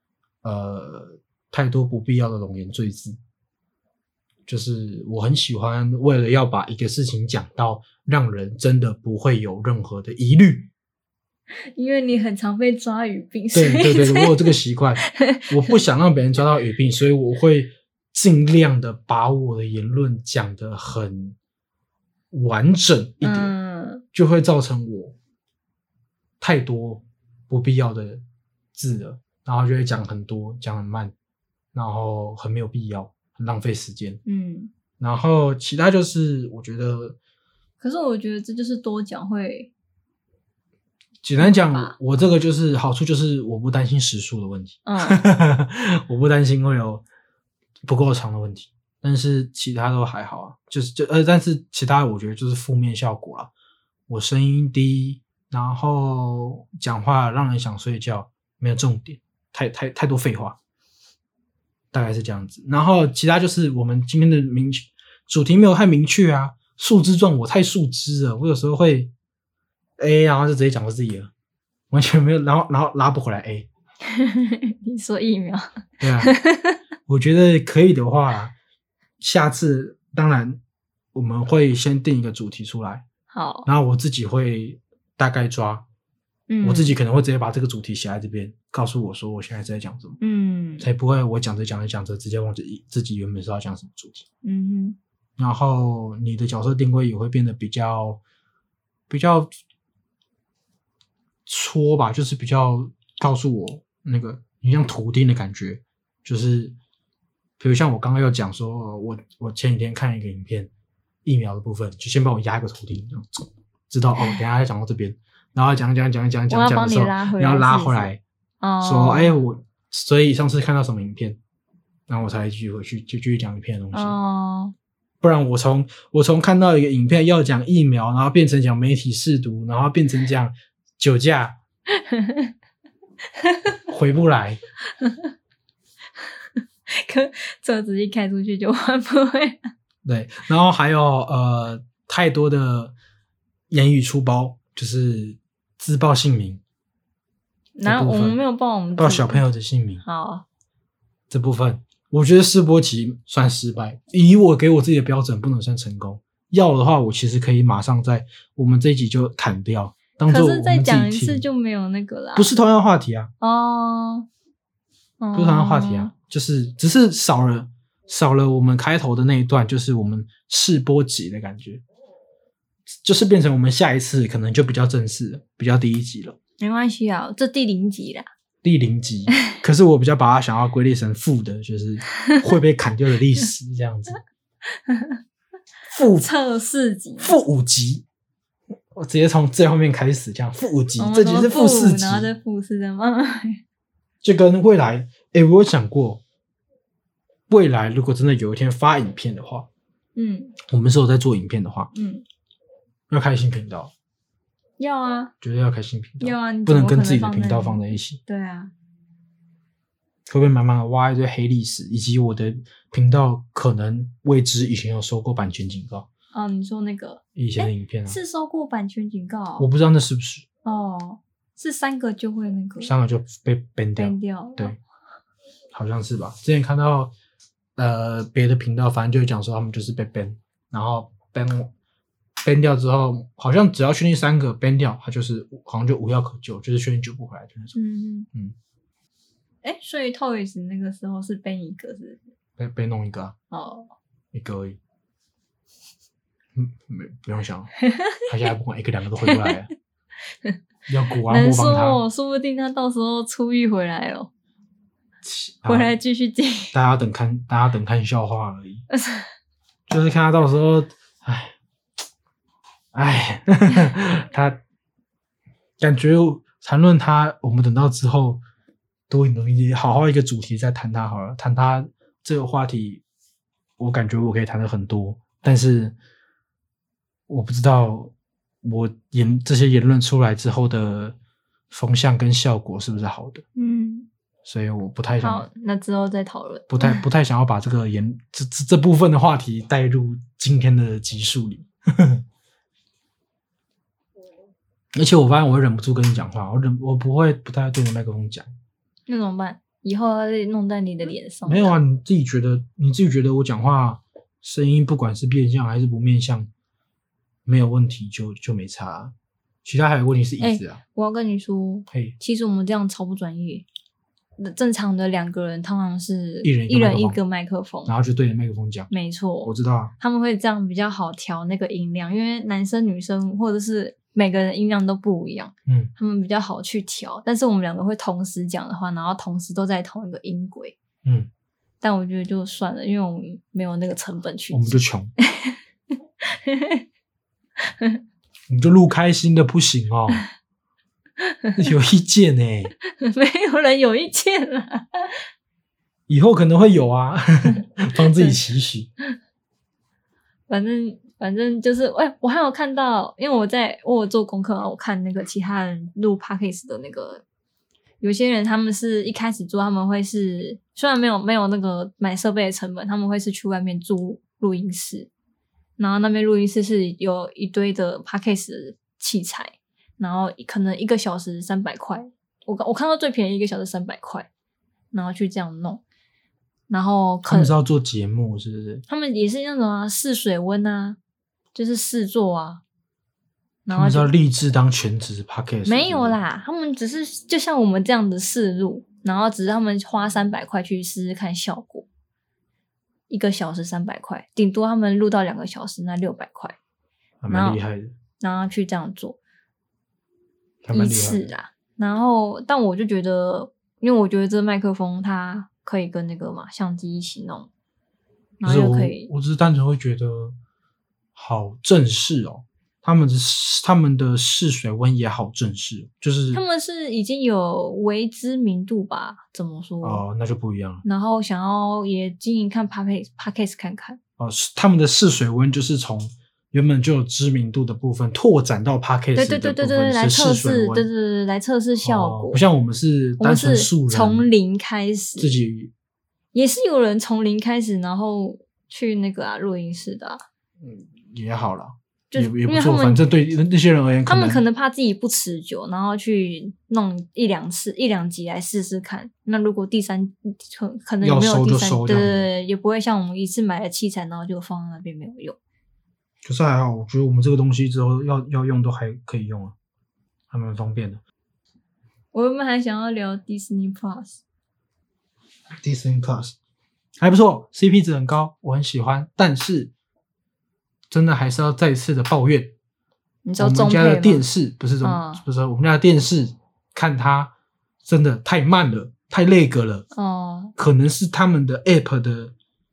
太多不必要的冗言赘字。就是我很喜欢为了要把一个事情讲到让人真的不会有任何的疑虑， 因为你很常被抓语病。 对，我有这个习惯，我不想让别人抓到语病，所以我会尽量的把我的言论讲得很完整一点，就会造成我太多不必要的字了，然后就会讲很多，讲很慢，然后很没有必要，很浪费时间。然后其他就是我觉得， 可是我觉得这就是多讲会， 简单讲，我这个就是好处就是我不担心时数的问题，我不担心会有不够长的问题，但是其他都还好啊，但是其他我觉得就是负面效果啦，我声音低，然后讲话让人想睡觉，没有重点，太多废话。大概是这样子，然后其他就是我们今天的主题没有太明确啊，树枝状我太树枝了，我有时候会 A， 然后就直接讲到自己了，完全没有，然后拉不回来 A。 你说疫苗？ 对啊，我觉得可以的话，下次当然我们会先定一个主题出来， 好， 然后我自己会大概抓。我自己可能会直接把这个主题写在这边，告诉我说我现在在讲什么，才不会我讲着直接忘记自己原本是要讲什么主题。然后你的角色定位也会变得比较戳吧，就是比较告诉我那个你像图钉的感觉，就是比如像我刚刚要讲说我前几天看一个影片，疫苗的部分就先帮我压一个图钉，知道等一下再讲到这边。然后讲的时候，你要拉回来，说我所以上次看到什么影片，然后我才继续回去就继续讲影片的东西。不然我从看到一个影片要讲疫苗，然后变成讲媒体识读，然后变成讲酒驾，回不来。 可车子一开出去就换不回来。 对，然后还有太多的言语粗暴，就是自报姓名， 然后我们没有报小朋友的姓名。 好， 这部分我觉得试播集算失败，以我给我自己的标准不能算成功。要的话，我其实可以马上在我们这一集就砍掉，当做我们自己听。可是再讲一次就没有那个啦， 不是同样话题啊。不是同样话题啊，就是只是少了我们开头的那一段，就是我们试播集的感觉。就是变成我们下一次可能就比较正式了，比较第一集了。 没关系啊，这第0集啦。 第0集，可是我比较把它想要归类成负的，就是会被砍掉的历史这样子。 测4集， 负5集，我直接从最后面开始，这样负5集，这集是负4集， 然后再负4的吗？ 就跟未来，我有想过，未来如果真的有一天发影片的话，我们是有在做影片的话，要开新频道， 要啊， 绝对要开新频道， 要啊， 不能跟自己的频道放在一起。 对啊， 会不会慢慢的挖一堆黑历史，以及我的频道可能未知以前有收过版权警告？ 你说那个以前的影片是收过版权警告？ 我不知道那是不是是3个就会那个 ，3个就被 ban 掉，对，好像是吧？之前看到别的频道，反正就会讲说他们就是被 ban， 然后 ban 掉之后，好像只要确定3个 ban 掉，它就是好像就无药可救，就是确定救不回来的那种。 所以 Toys 那个时候是 ban 一个，是不是？ 被弄一个啊？一个而已。不用想，他现在不管1个2个都回不来了。要国王模仿他， 说不定他到时候出狱回来了，回来继续进。 大家等看笑话而已，就是看他到时候，他感觉谈论他，我们等到之后多努力，好好一个主题再谈他好了。谈他这个话题，我感觉我可以谈的很多， 但是我不知道我这些言论出来之后的风向跟效果是不是好的。所以我不太想。 好，那之后再讨论。 不太想要把这个这部分的话题带入今天的集数里。而且我发现我会忍不住跟你讲话，我不太对着麦克风讲。 那怎么办？以后要弄在你的脸上？ 没有啊，你自己觉得我讲话声音不管是变相还是不面向没有问题就没差啊。其他还有问题是椅子啊。 我要跟你说，其实我们这样超不专业。正常的2个人通常是一人一个麦克风， 然后就对着麦克风讲。 没错， 我知道啊。 他们会这样比较好调那个音量，因为男生女生或者是每个人音量都不一样，他们比较好去调。但是我们2个会同时讲的话，然后同时都在同一个音轨，但我觉得就算了，因为我们没有那个成本去， 我们就穷。我们就录开心的不行哦。有意见欸。 没有人有意见啦。 以后可能会有啊。帮自己期许。 反正就是我还有看到，因为我有做功课啊，我看那个其他人录 Podcast 的那个，有些人他们是一开始做，他们会是虽然没有那个买设备的成本，他们会是去外面租录音室，然后那边录音室是有一堆的 Podcast 的器材，然后可能1个小时300块，我看到最便宜1个小时300块，然后去这样弄。然后他们是要做节目是不是？ 他们也是那种试水温啊，就是试做啊。然后他们是要立志当全职 podcast？ 没有啦，他们只是就像我们这样的试录，然后只是他们花300块去试试看效果，1个小时300块，顶多他们录到2个小时那600块， 还蛮厉害的。 然后去这样做一次啦。然后但我就觉得，因为我觉得这个麦克风它可以跟那个相机一起弄，然后又可以。 我只是单纯会觉得好正式哦，他们的试水温也好正式，就是他们是已经有微知名度吧？怎么说？ 哦，那就不一样了。 然后想要也经营看 Podcast 看看。 哦，他们的试水温就是从原本就有知名度的部分拓展到 Podcast 的部分， 来测试，对，来测试效果。 不像我们是单纯素人， 从零开始， 自己也是有人从零开始，然后去那个录音室的。 也好啦， 也不错。反正对那些人而言， 他们可能怕自己不持久，然后去弄1-2集来试试看。那如果第3可能也没有第3，对，也不会像我们一次买了器材，然后就放在那边没有用。 可是还好，我觉得我们这个东西之后要用都还可以用啊，还蛮方便的。 我原本还想要聊 Disney Plus 还不错， CP 值很高，我很喜欢。但是真的还是要再次的抱怨， 你知道我们家的电视不是我们家的电视看它真的太慢了，太lag了。可能是他们的 App 的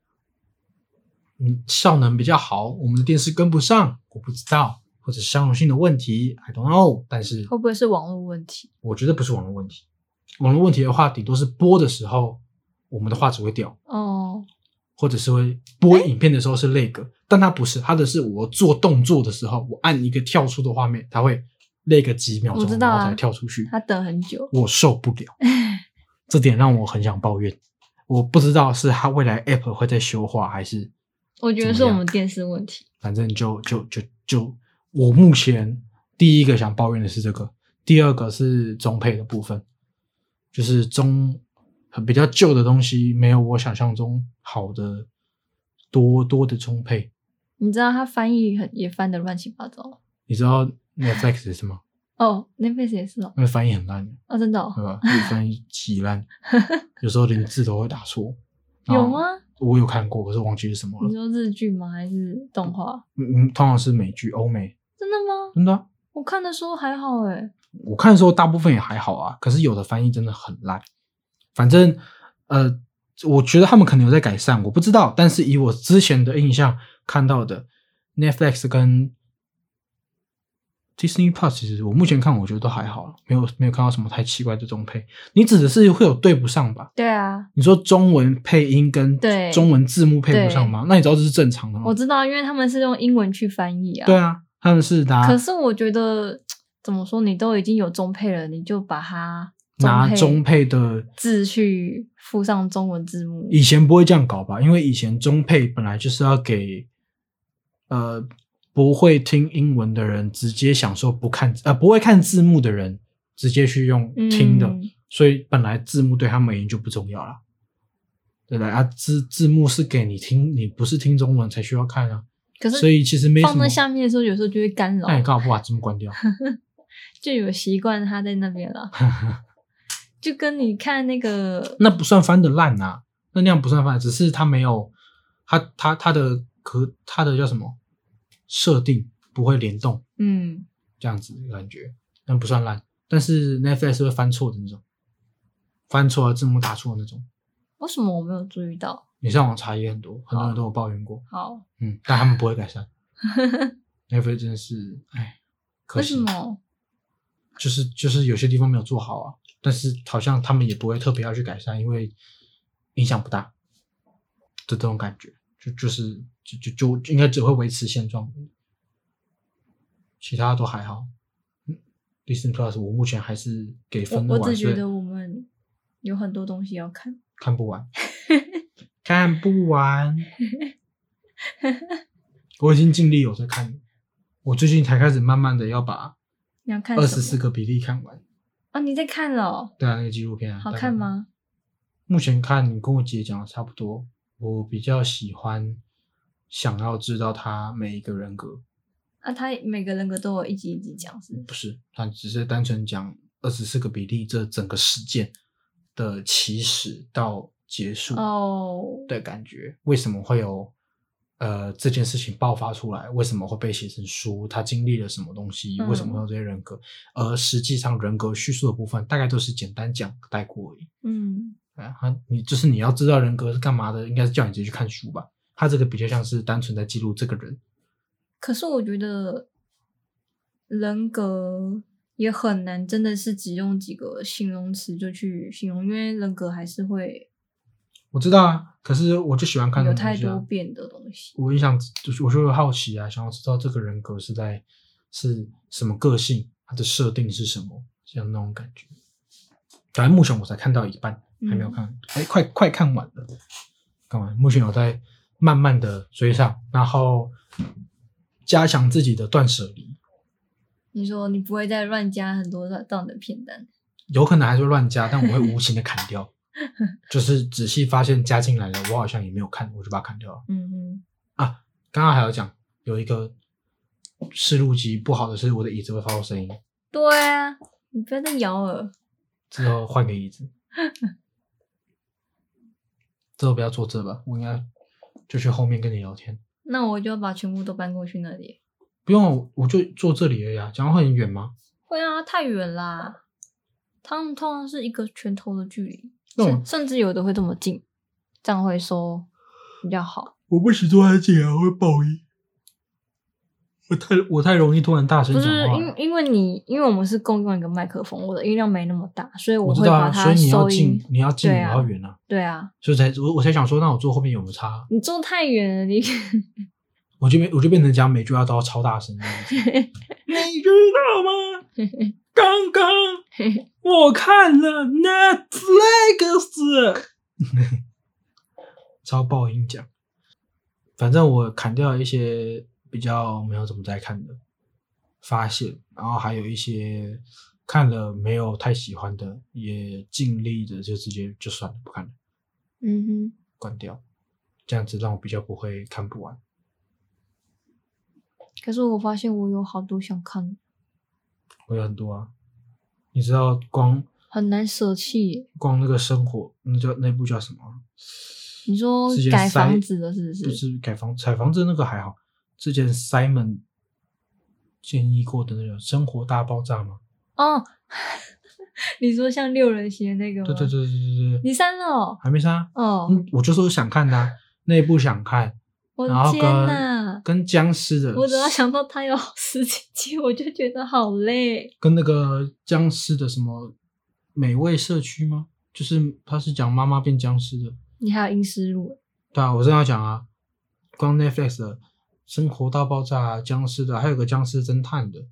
效能比较好，我们的电视跟不上，我不知道，或者相容性的问题 I don't know。 但是会不会是网络问题？我觉得不是网络问题。网络问题的话顶多是播的时候我们的画质会掉，或者是会播影片的时候是lag，但它不是，它的是我做动作的时候，我按一个跳出的画面，它会lag几秒钟，然后才跳出去， 它等很久， 我受不了。这点让我很想抱怨。我不知道是它未来 App 会在修化，还是我觉得是我们电视问题。 反正就我目前第一个想抱怨的是这个，第二个是中配的部分，就是比较旧的东西没有我想象中好的多的中配。 你知道他翻译也翻得乱七八糟。 你知道 Netflix 也是吗 ？Netflix 也是那个翻译很烂真的对吧？翻译极烂。有时候连字都会打错。 有吗？ 我有看过，可是忘记是什么了。 你说日剧吗？还是动画？ 通常是美剧，欧美。 真的吗？ 真的我看的时候还好我看的时候大部分也还好啊，可是有的翻译真的很烂。反正我觉得他们可能有在改善，我不知道。但是以我之前的印象看到的 Netflix 跟 Disney Plus 其实我目前看我觉得都还好，没有看到什么太奇怪的中配。你指的是会有对不上吧？ 对啊， 你说中文配音跟中文字幕配不上吗？那你知道这是正常的吗？ 我知道，因为他们是用英文去翻译啊。 对啊，他们是可是我觉得怎么说，你都已经有中配了，你就把它拿中配的字去附上中文字幕。 以前不会这样搞吧？因为以前中配本来就是要给不会听英文的人直接享受不会看字幕的人直接去用听的，所以本来字幕对他们而言就不重要啦，对不对啊？字幕是给你听，你不是听中文才需要看啊。 可是所以其实没什么放在下面的时候，有时候就会干扰。 那你干嘛不把字幕关掉？ 就有习惯它在那边了。就跟你看那个， 那不算翻的烂啊，那样不算翻，只是它没有它的叫什么？设定不会联动，这样子的感觉，那不算烂。但是 Netflix 会翻错的那种，翻错了字幕打错的那种。 为什么我没有注意到？ 你上网查也很多人都有抱怨过。 好， 但他们不会改善。Netflix 真的是，可惜。 为什么？ 就是有些地方没有做好啊，但是好像他们也不会特别要去改善，因为影响不大的这种感觉。就应该只会维持现状，其他都还好。Disney Plus 我目前还是给分的。 我只觉得我们有很多东西要看， 看不完，看不完。我已经尽力有在看，我最近才开始慢慢的要把24个比例看完。 哦，你在看了哦？ 对啊，那个纪录片好看吗？ 目前看你跟我姐讲的差不多。我比较喜欢想要知道他每一个人格啊，他每个人格都有一集一集讲，是不是？他只是单纯讲24个比例这整个事件的起始到结束的感觉，为什么会有这件事情爆发出来？为什么会被写成书？他经历了什么东西？为什么会有这些人格？而实际上人格叙述的部分大概都是简单讲带过而已。你要知道人格是干嘛的，应该是叫你直接去看书吧。他这个比较像是单纯在记录这个人。 可是我觉得人格也很难真的是只用几个形容词就去形容，因为人格还是会， 我知道啊，可是我就喜欢看有太多变的东西。 我就会好奇啊，想要知道这个人格是什么个性，他的设定是什么，像那种感觉。反正目前我才看到一半，还没有看，快看完了，看完。目前有在慢慢的追上，然后加强自己的断舍离。 你说你不会再乱加很多到你的片单？有可能还是乱加，但我会无情的砍掉。就是仔细发现加进来了，我好像也没有看，我就把它砍掉了。刚刚还有讲有一个试录机不好的是我的椅子会发出声音。 对啊，你不要再摇了。 之后换个椅子。之后不要坐这吧，我应该就去后面跟你聊天。 那我就要把全部都搬过去那里。 不用，我就坐这里而已啊。讲话会很远吗？ 会啊，太远啦。他们通常是一个拳头的距离，甚至有的会这么近，这样会说比较好。我不许坐太近啊，会爆音。 我太容易突然大声讲话。 不是因为我们是共用一个麦克风，我的音量没那么大，所以我会把它收音。 所以你要近，你要远啊。 对啊。 所以我才想说，那我坐后面有没有差？ 你坐太远了，你我就变成讲每句话都要超大声。你知道吗？刚刚我看了 Netflix， 超爆音讲。反正我砍掉一些比较没有怎么在看的发现，然后还有一些看了没有太喜欢的，也尽力的就直接就算了，不看了。关掉，这样子让我比较不会看不完。 可是我发现我有好多想看。 我有很多啊，你知道光很难舍弃耶。 光那个生活，那部叫什么？ 你说改房子的是不是？ 不是采房子那个还好，之前 Simon 建议过的那个生活大爆炸吗？ 哦，你说像6人行的那个吗？ 对， 你删了哦？ 还没删。 哦， 我就说想看的那一部想看， 我的天哪！ 跟僵尸的， 我只要想到它有10几集，我就觉得好累。 跟那个僵尸的什么美味社区吗？就是他是讲妈妈变僵尸的。 你还有阴尸路？对啊，我正要讲啊，光 Netflix 的生活大爆炸僵尸的，还有个僵尸侦探的，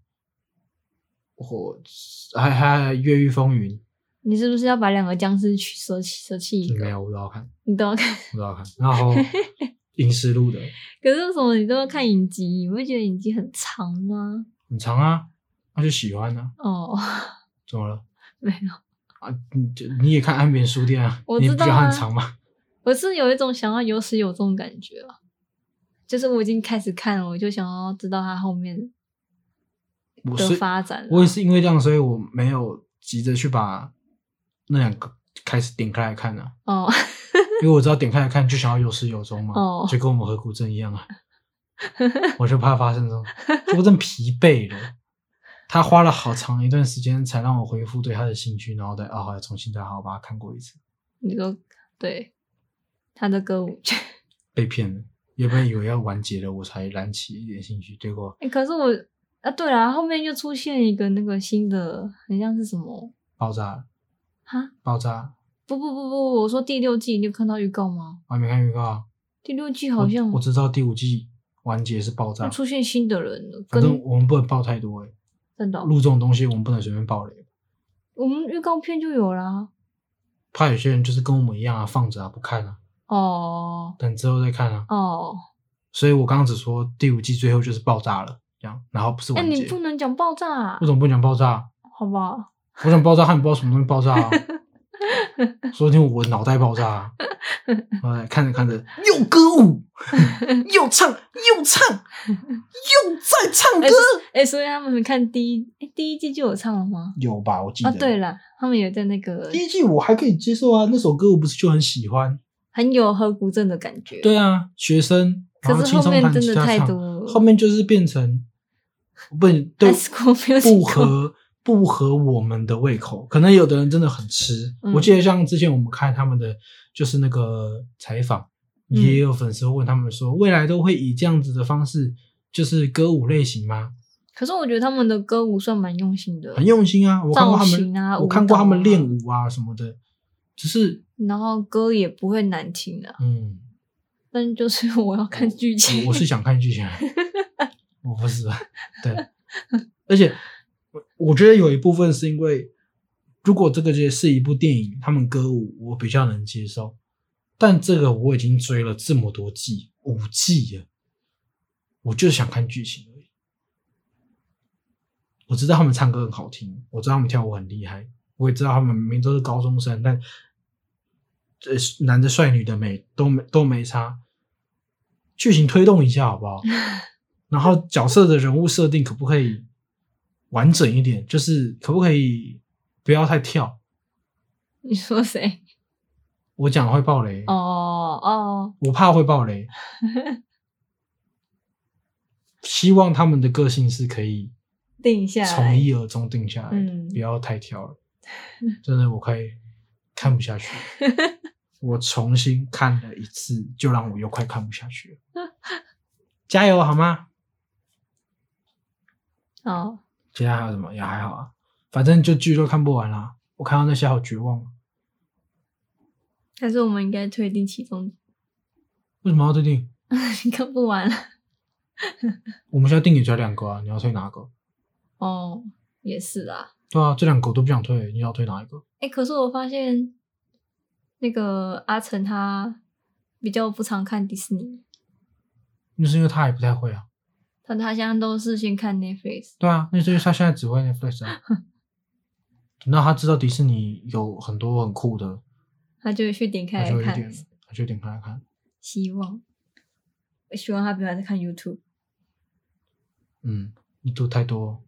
还越狱风云。 你是不是要把2个僵尸舍弃一个？ 没有，我都要看。 你都要看？ 我都要看。然后阴尸路的。 可是为什么你都要看影集？你会觉得影集很长吗？ 很长啊，那就喜欢啊。 哦， 怎么了？ 没有啊，你也看安眠书店啊？ 我知道啊， 你不觉得很长吗？ 我是有一种想要有始有终的感觉啊，就是我已经开始看了，我就想要知道它后面的发展。 我也是因为这样，所以我没有急着去把那2个开始点开来看啊。哦，因为我知道点开来看就想要有始有终嘛。哦，就跟我们河谷镇一样啊。我就怕发生这种，我真疲惫了。他花了好长一段时间才让我恢复对他的兴趣，然后再重新再好好把它看过一次。你说对，他的歌舞剧被骗了，原本以为要完结了，我才燃起一点兴趣，结果可是我对啦，后面又出现一个那个新的，很像是什么爆炸哈？ 爆炸？ 不，我说第6季，你有看到预告吗？ 我还没看预告啊。 第6季好像我知道第5季完结是爆炸， 出现新的人了。 反正我们不能爆太多真的录这种东西我们不能随便爆雷。 我们预告片就有啦。 怕有些人就是跟我们一样啊，放着啊不看啊。哦。等之后再看啊。哦。所以我刚刚只说第5季最后就是爆炸了，这样，然后不是完结。 你不能讲爆炸啊。 为什么不能讲爆炸？ 好吧。 我想爆炸，看你不知道什么东西爆炸啊。说不定我脑袋爆炸啊。看着看着又歌舞又唱又在唱歌。 所以他们看第一季就有唱了吗？ 有吧，我记得。 对了，他们有在那个第1季我还可以接受啊，那首歌我不是就很喜欢， 很有河谷镇的感觉。 对啊，学生， 可是后面真的太多了， 后面就是变成不合我们的胃口，可能有的人真的很吃。我记得像之前我们看他们的就是那个采访，也有粉丝问他们说，未来都会以这样子的方式，就是歌舞类型吗？ 可是我觉得他们的歌舞算蛮用心的， 很用心啊！我看过他们练舞啊什么的，只是然后歌也不会难听啊。但就是我要看剧情， 我是想看剧情，我不是对，而且我觉得有一部分是因为，如果这个是一部电影，他们歌舞我比较能接受，但这个我已经追了这么多季，5季了，我就想看剧情而已。我知道他们唱歌很好听，我知道他们跳舞很厉害，我也知道他们明明都是高中生，但男的帅女的美都没差，剧情推动一下好不好？然后角色的人物设定可不可以完整一点？就是可不可以不要太跳？ 你说谁？ 我讲会爆雷我怕会爆雷。希望他们的个性是可以定下来， 从一而终定下来，不要太跳了。真的我快看不下去我重新看了一次，就让我又快看不下去了。加油好吗？ 好， 其他还有什么？也还好啊，反正就剧都看不完啦。我看到那些好绝望。 还是我们应该推定其中？ 为什么要推定？ 你看不完了。 我们现在定也只有2个啊，你要推哪个？ 也是啦。 对啊，这2个我都不想推，你要推哪一个？ 可是我发现那个阿成他比较不常看迪士尼。 那是因为他也不太会啊。 他现在都是先看 Netflix。 对啊，那是因为他现在只会 Netflix 啊。等到他知道迪士尼有很多很酷的， 他就会去点开来看。 他就点开来看。 希望他不要再看 YouTube。 YouTube 太多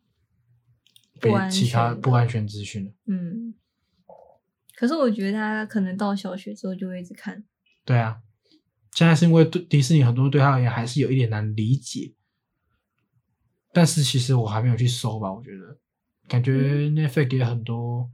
其他不安全资讯了。 可是我觉得他可能到小学之后就会一直看。 对啊，现在是因为迪士尼很多对他而言还是有一点难理解，但是其实我还没有去搜吧，我觉得感觉 Netflix 也很多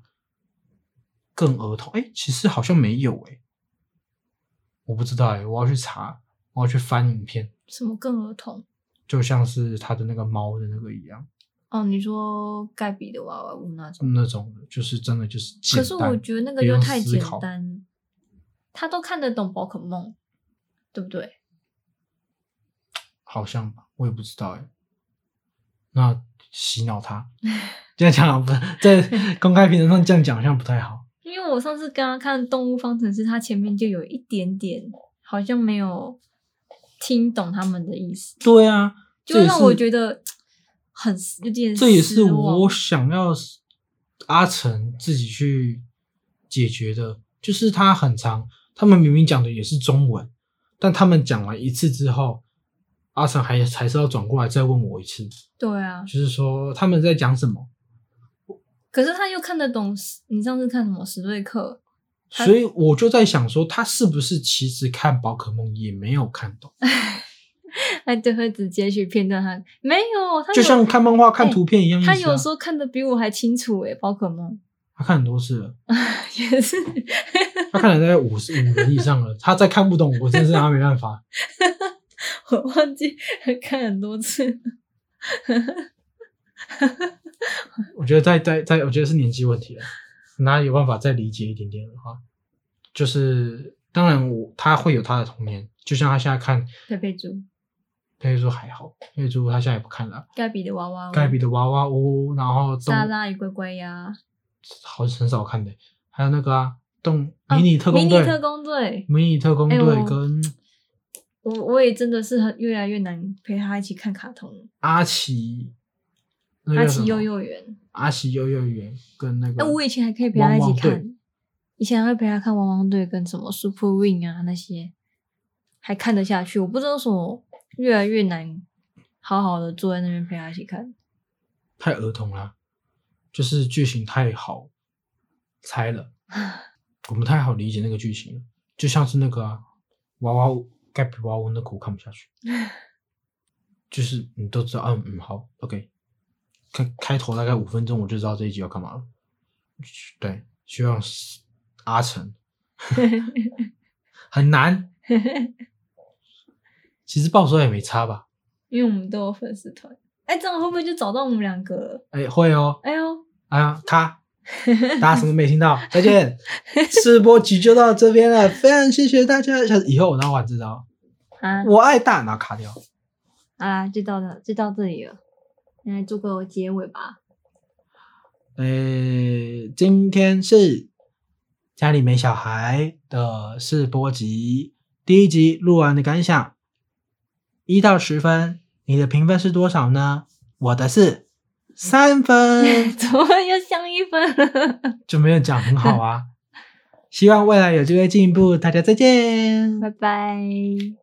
更儿童，其实好像没有我不知道我要去查。 我要去翻影片。 什么更儿童？ 就像是他的那个猫的那个一样。 哦，你说盖比的娃娃屋那种？ 那种的，就是真的就是简单。 可是我觉得那个就太简单，他都看得懂宝可梦，对不对？ 好像吧，我也不知道哎。那洗脑他，这样讲不在公开平台上这样讲好像不太好。 因为我上次刚刚看《动物方程式》，它前面就有一点点好像没有听懂他们的意思。 对啊， 就让我觉得很有点失望。 这也是我想要阿成自己去解决的，就是他很长，他们明明讲的也是中文，但他们讲完一次之后，阿成还是要转过来再问我一次。 对啊， 就是说他们在讲什么。 可是他又看得懂，你上次看什么史瑞克？ 所以我就在想说，他是不是其实看宝可梦也没有看懂？ 他就会直接去片段，他没有，他就像看漫画看图片一样、 他有时候看得比我还清楚宝可梦。 他看很多次了， 也是， 他看了大概5个以上了，他再看不懂，我真是拿他没办法。 我忘记看很多次。 我觉得我觉得是年纪问题了，哪有办法再理解一点点的话，就是当然他会有他的童年，就像他现在看佩佩猪还好，佩佩猪他现在也不看了。 盖比的娃娃屋，然后莎拉与乖乖鸭， 很少看的，还有那个迷你特工队，迷你特工队跟我也真的是越来越难陪他一起看卡通。阿奇幼幼园跟那个， 我以前还可以陪他一起看，以前还会陪他看汪汪队跟什么 Super Wing 啊那些，还看得下去。我不知道为什么越来越难好好的坐在那边陪他一起看， 太儿童了，就是剧情太好猜了，我们太好理解那个剧情了，就像是那个娃娃盖比娃娃那个我看不下去，就是你都知道好 OK。开头大概5分钟我就知道这一集要干嘛了。对，希望阿成很难。其实报收也没差吧， 因为我们都有粉丝团。这样会不会就找到我们2个了？ 会哦。 哎呦， 咔，大家什么没听到？再见。试播集就到这边了，非常谢谢大家。以后我当晚知道我爱大脑卡掉。 就到这里了。来做个结尾吧。 今天是家里没小孩的试播集，第1集录完的感想，1到10分，你的评分是多少呢？我的是3分。 怎么又降1分了？ 就没有讲很好啊。希望未来有机会进步，大家再见， 拜拜。